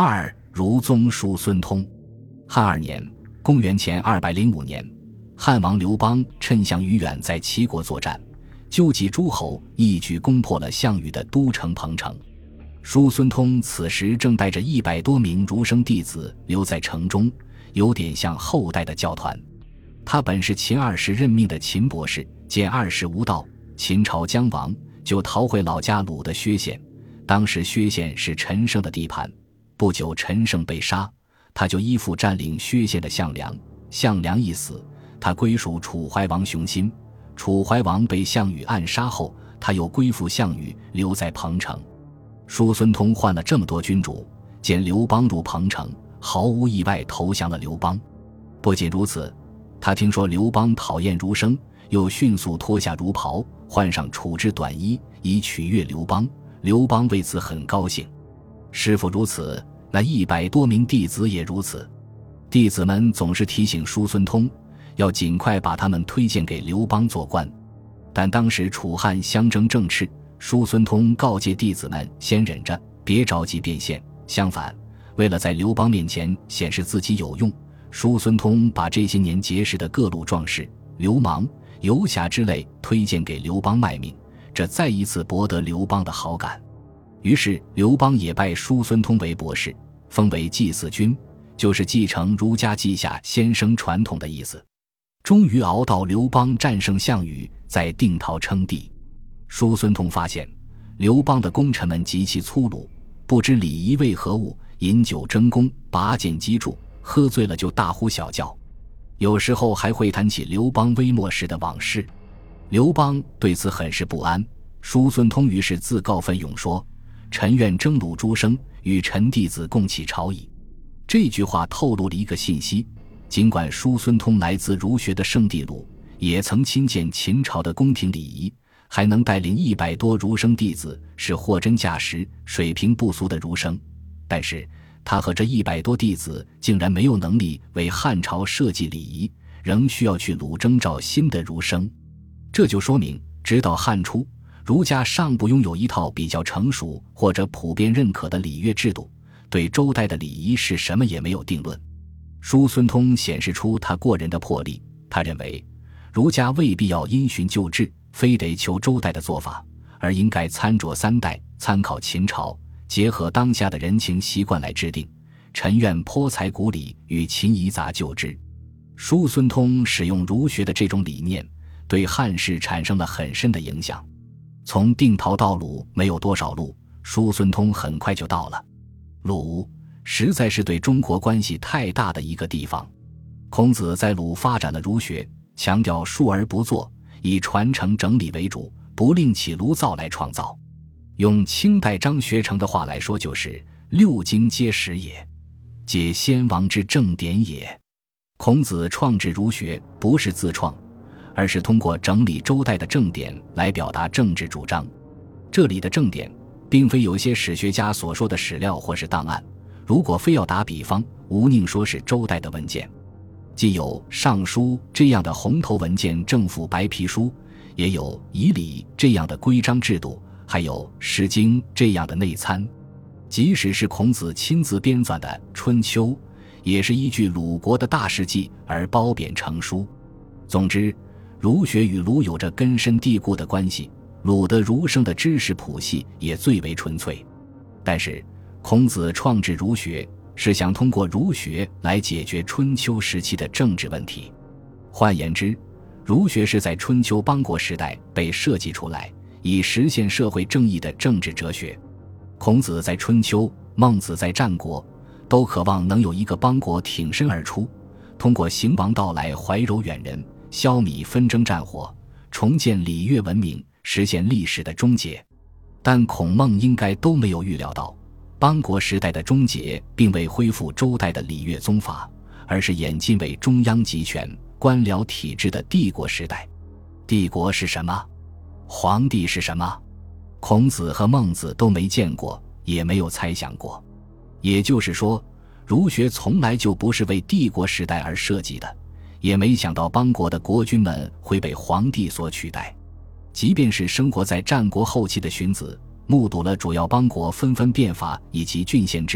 二、儒宗叔孙通。汉2年，公元前205年，汉王刘邦趁项羽远在齐国作战，纠集诸侯，一举攻破了项羽的都城彭城。叔孙通此时正带着100多名儒生弟子留在城中，有点像后代的教团。他本是秦2世任命的秦博士，见2世无道，秦朝将亡，就逃回老家鲁的薛县。当时薛县是陈胜的地盘，不久陈胜被杀，他就依附占领薛县的项梁。项梁一死，他归属楚怀王熊心。楚怀王被项羽暗杀后，他又归附项羽，留在彭城。叔孙通换了这么多君主，见刘邦入彭城，毫无意外投降了刘邦。不仅如此，他听说刘邦讨厌儒生，又迅速脱下儒袍，换上楚之短衣，以取悦刘邦。刘邦为此很高兴。师傅如此，那100多名弟子也如此。弟子们总是提醒叔孙通，要尽快把他们推荐给刘邦做官。但当时楚汉相争正炽，叔孙通告诫弟子们先忍着，别着急变现。相反，为了在刘邦面前显示自己有用，叔孙通把这些年结识的各路壮士、流氓、游侠之类推荐给刘邦卖命，这再一次博得刘邦的好感。于是刘邦也拜叔孙通为博士，封为祭祀君，就是继承儒家稷下先生传统的意思。终于熬到刘邦战胜项羽，在定陶称帝。叔孙通发现刘邦的功臣们极其粗鲁，不知礼仪为何物，饮酒争功，拔剑击柱，喝醉了就大呼小叫，有时候还会谈起刘邦微末时的往事。刘邦对此很是不安，叔孙通于是自告奋勇说：“臣愿征虏诸生，与臣弟子共起朝矣。”这句话透露了一个信息，尽管叔孙通来自儒学的圣地鲁，也曾亲见秦朝的宫廷礼仪，还能带领100多儒生弟子，是货真价实、水平不俗的儒生。但是他和这100多弟子竟然没有能力为汉朝设计礼仪，仍需要去鲁征召新的儒生。这就说明直到汉初，儒家尚不拥有一套比较成熟或者普遍认可的礼乐制度，对周代的礼仪是什么也没有定论。叔孙通显示出他过人的魄力，他认为儒家未必要因循旧制，非得求周代的做法，而应该参酌3代，参考秦朝，结合当下的人情习惯来制定。臣愿颇才古礼，与秦夷杂就之。叔孙通使用儒学的这种理念，对汉室产生了很深的影响。从定陶到鲁没有多少路，叔孙通很快就到了。鲁实在是对中国关系太大的一个地方。孔子在鲁发展了儒学，强调述而不作，以传承整理为主，不另起炉灶来创造。用清代张学成的话来说，就是6经皆实也，皆先王之正典也。孔子创制儒学不是自创，而是通过整理周代的正典来表达政治主张。这里的正典并非有些史学家所说的史料或是档案，如果非要打比方，无宁说是周代的文件。既有尚书这样的红头文件政府白皮书，也有仪礼这样的规章制度，还有诗经这样的内参。即使是孔子亲自编纂的《春秋》，也是依据鲁国的大事记而褒贬成书。总之，儒学与鲁有着根深蒂固的关系，鲁的儒生的知识谱系也最为纯粹。但是孔子创制儒学，是想通过儒学来解决春秋时期的政治问题。换言之，儒学是在春秋邦国时代被设计出来，以实现社会正义的政治哲学。孔子在春秋，孟子在战国，都渴望能有一个邦国挺身而出，通过行王道来怀柔远人，消弭纷争战火，重建礼乐文明，实现历史的终结。但孔孟应该都没有预料到，邦国时代的终结并未恢复周代的礼乐宗法，而是演进为中央集权、官僚体制的帝国时代。帝国是什么？皇帝是什么？孔子和孟子都没见过，也没有猜想过。也就是说，儒学从来就不是为帝国时代而设计的，也没想到邦国的国君们会被皇帝所取代。即便是生活在战国后期的荀子，目睹了主要邦国纷纷变法以及郡县制、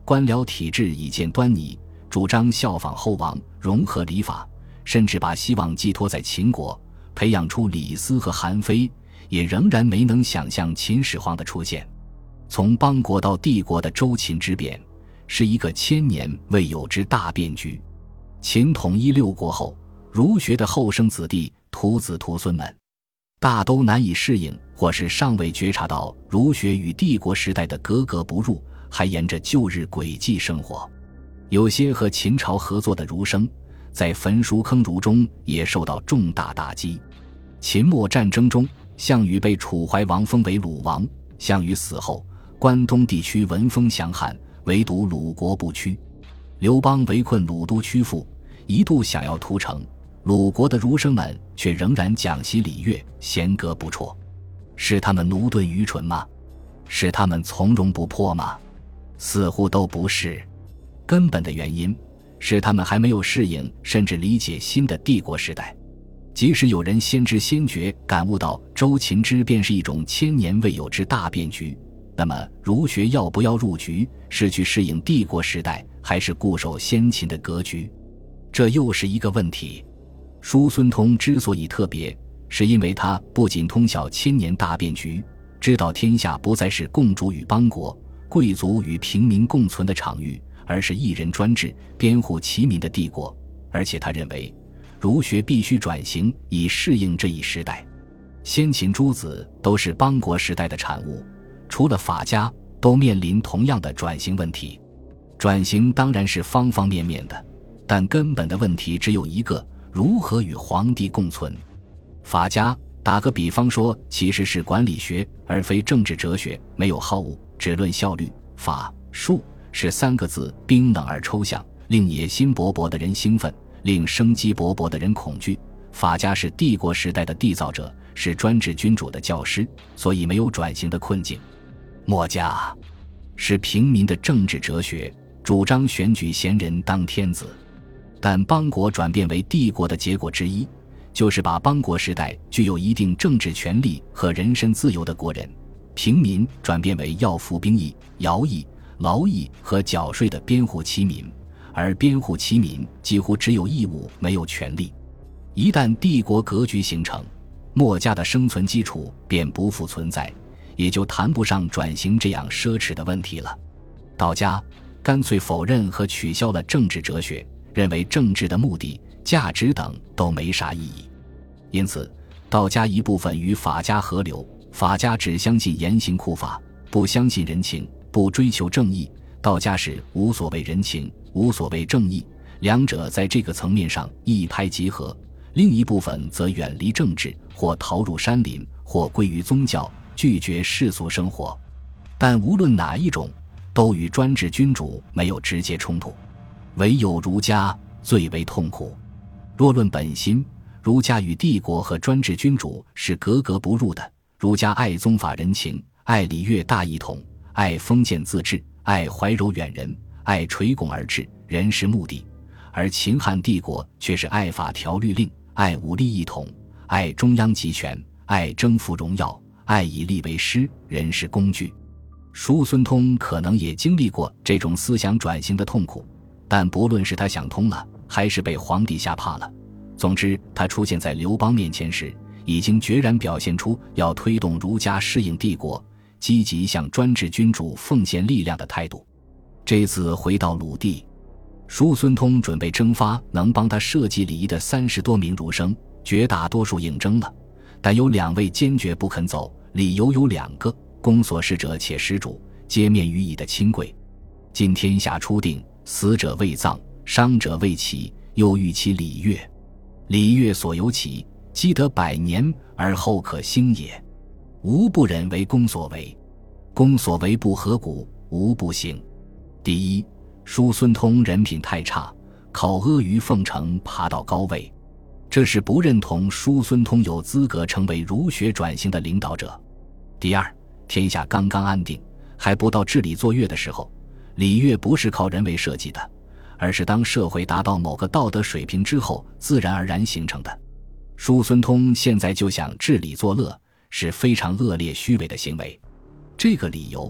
官僚体制已见端倪，主张效仿后王，融合礼法，甚至把希望寄托在秦国，培养出李斯和韩非，也仍然没能想象秦始皇的出现。从邦国到帝国的周秦之变，是一个1000年未有之大变局。秦统一6国后，儒学的后生子弟徒子徒孙们大都难以适应，或是尚未觉察到儒学与帝国时代的格格不入，还沿着旧日轨迹生活。有些和秦朝合作的儒生，在焚书坑儒中也受到重大打击。秦末战争中，项羽被楚怀王封为鲁王，项羽死后，关东地区闻风降汉，唯独鲁国不屈。刘邦围困鲁都曲阜，一度想要屠城，鲁国的儒生们却仍然讲习礼乐，弦歌不辍。是他们驽钝愚蠢吗？是他们从容不迫吗？似乎都不是。根本的原因是他们还没有适应甚至理解新的帝国时代。即使有人先知先觉感悟到周秦之变是一种1000年未有之大变局，那么儒学要不要入局，是去适应帝国时代，还是固守先秦的格局？这又是一个问题。叔孙通之所以特别，是因为他不仅通晓1000年大变局，知道天下不再是共主与邦国、贵族与平民共存的场域，而是一人专制、编户齐民的帝国。而且他认为儒学必须转型，以适应这一时代。先秦诸子都是邦国时代的产物，除了法家，都面临同样的转型问题。转型当然是方方面面的，但根本的问题只有一个：如何与皇帝共存。法家打个比方说，其实是管理学而非政治哲学，没有好恶，只论效率。法术是3个字，冰冷而抽象，令野心勃勃的人兴奋，令生机勃勃的人恐惧。法家是帝国时代的缔造者，是专制君主的教师，所以没有转型的困境。墨家是平民的政治哲学，主张选举贤人当天子。但邦国转变为帝国的结果之一，就是把邦国时代具有一定政治权力和人身自由的国人、平民转变为要服兵役、徭役、劳役和缴税的编户齐民，而编户齐民几乎只有义务没有权利。一旦帝国格局形成，墨家的生存基础便不复存在，也就谈不上转型这样奢侈的问题了。道家干脆否认和取消了政治哲学，认为政治的目的、价值等都没啥意义。因此道家一部分与法家合流，法家只相信严刑酷法，不相信人情，不追求正义。道家是无所谓人情，无所谓正义，两者在这个层面上一拍即合。另一部分则远离政治，或逃入山林，或归于宗教，拒绝世俗生活。但无论哪一种，都与专制君主没有直接冲突。唯有儒家最为痛苦。若论本心，儒家与帝国和专制君主是格格不入的。儒家爱宗法人情，爱礼乐大一统，爱封建自治，爱怀柔远人，爱垂拱而治，人事目的。而秦汉帝国却是爱法条律令，爱武力一统，爱中央集权，爱征服荣耀，爱以力为师，人是工具。叔孙通可能也经历过这种思想转型的痛苦，但不论是他想通了，还是被皇帝吓怕了，总之他出现在刘邦面前时，已经决然表现出要推动儒家适应帝国，积极向专制君主奉献力量的态度。这次回到鲁地，叔孙通准备征发能帮他设计礼仪的30多名儒生，绝大多数应征了，但有2位坚决不肯走，理由有2个：公所事者且施主，皆面于义的亲贵。今天下初定，死者未葬，伤者未起，又欲其礼乐。礼乐所由起，积得100年而后可兴也。吾不忍为公所为，公所为不合骨，吾不行。第一，叔孙通人品太差，靠阿谀奉承爬到高位，这是不认同叔孙通有资格成为儒学转型的领导者。第二，天下刚刚安定，还不到治理作乐的时候，礼乐不是靠人为设计的，而是当社会达到某个道德水平之后自然而然形成的。叔孙通现在就想治理作乐，是非常恶劣虚伪的行为。这个理由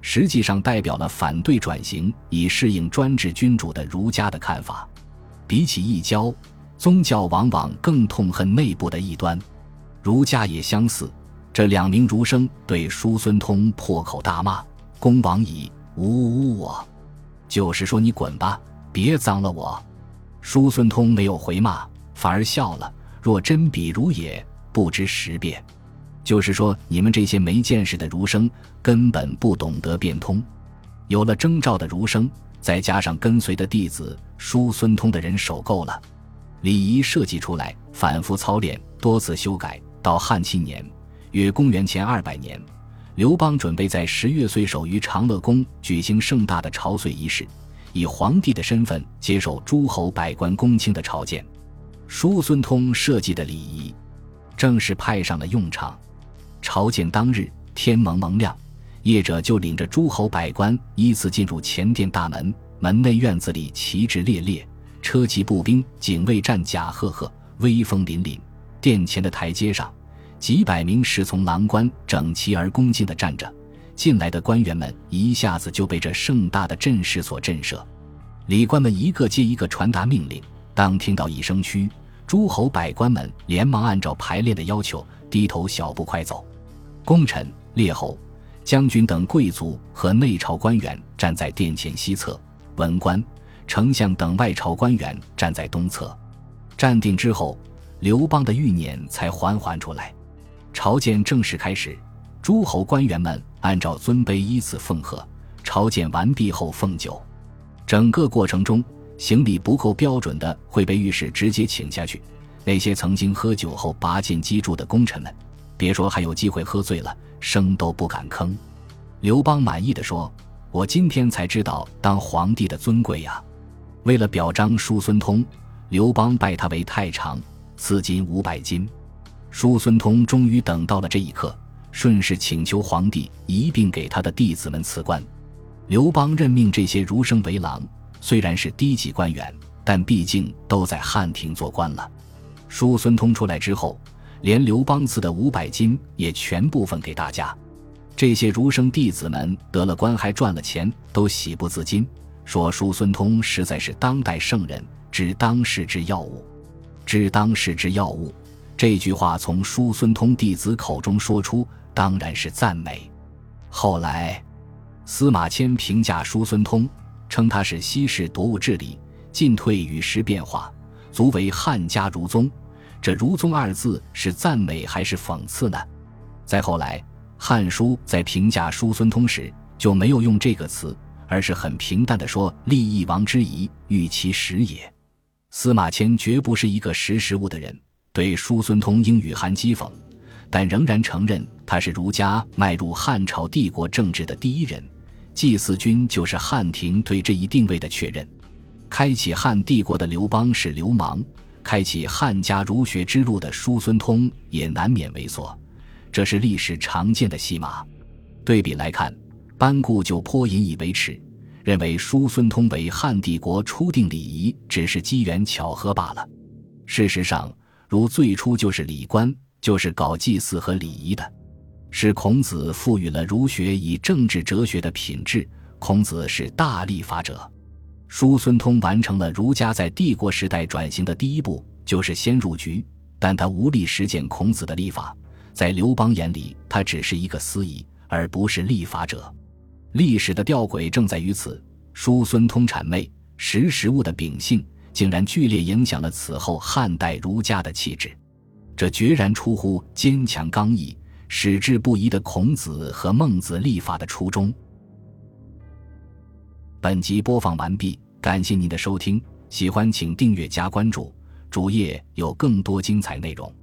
实际上代表了反对转型以适应专制君主的儒家的看法。比起异教，宗教往往更痛恨内部的异端，儒家也相似。这2名儒生对叔孙通破口大骂：“公王矣，吾我！”就是说你滚吧，别脏了我。叔孙通没有回骂，反而笑了：“若真比儒也，不知时变。”就是说你们这些没见识的儒生根本不懂得变通。有了征召的儒生，再加上跟随的弟子，叔孙通的人手够了。礼仪设计出来，反复操练，多次修改，到汉7年，约公元前200年，刘邦准备在10月岁首于长乐宫举行盛大的朝岁仪式，以皇帝的身份接受诸侯百官公卿的朝见。叔孙通设计的礼仪正式派上了用场。朝见当日，天蒙蒙亮，业者就领着诸侯百官依次进入前殿大门，门内院子里旗帜猎猎，车骑步兵警卫战甲赫赫，威风凛凛。殿前的台阶上，几百名侍从郎官整齐而恭敬地站着，进来的官员们一下子就被这盛大的阵势所震慑。礼官们一个接一个传达命令，当听到一声嘘，诸侯百官们连忙按照排练的要求低头小步快走。功臣、列侯、将军等贵族和内朝官员站在殿前西侧，文官、丞相等外朝官员站在东侧。站定之后，刘邦的欲念才缓缓出来。朝见正式开始，诸侯官员们按照尊卑依次奉贺，朝见完毕后奉酒。整个过程中，行礼不够标准的会被御史直接请下去。那些曾经喝酒后拔剑击柱的功臣们，别说还有机会喝醉了，声都不敢吭。刘邦满意地说：“我今天才知道当皇帝的尊贵呀！”为了表彰叔孙通，刘邦拜他为太常，赐金500斤。叔孙通终于等到了这一刻，顺势请求皇帝一并给他的弟子们赐官。刘邦任命这些儒生为郎，虽然是低级官员，但毕竟都在汉庭做官了。叔孙通出来之后，连刘邦赐的500斤也全部分给大家。这些儒生弟子们得了官还赚了钱，都喜不自禁，说叔孙通实在是当代圣人，知当世之要务。知当世之要务，这句话从叔孙通弟子口中说出，当然是赞美。后来司马迁评价叔孙通，称他是西式夺物治理，进退与时变化，足为汉家儒宗。这儒宗2字是赞美还是讽刺呢？再后来，汉书在评价叔孙通时就没有用这个词，而是很平淡地说：“立一王之仪，欲其实也。”司马迁绝不是一个识时务的人，对叔孙通应语含讥讽，但仍然承认他是儒家迈入汉朝帝国政治的第一人，祭祀君就是汉庭对这一定位的确认。开启汉帝国的刘邦是流氓，开启汉家儒学之路的叔孙通也难免猥琐，这是历史常见的戏码。对比来看，班固就颇引以为耻，认为叔孙通为汉帝国初定礼仪只是机缘巧合罢了。事实上，儒最初就是礼官，就是搞祭祀和礼仪的，是孔子赋予了儒学以政治哲学的品质。孔子是大立法者，叔孙通完成了儒家在帝国时代转型的第一步，就是先入局，但他无力实践孔子的立法，在刘邦眼里他只是一个司仪，而不是立法者。历史的吊诡正在于此，叔孙通谄媚识时务的秉性竟然剧烈影响了此后汉代儒家的气质，这决然出乎坚强刚毅、矢志不移的孔子和孟子立法的初衷。本集播放完毕，感谢您的收听，喜欢请订阅加关注，主页有更多精彩内容。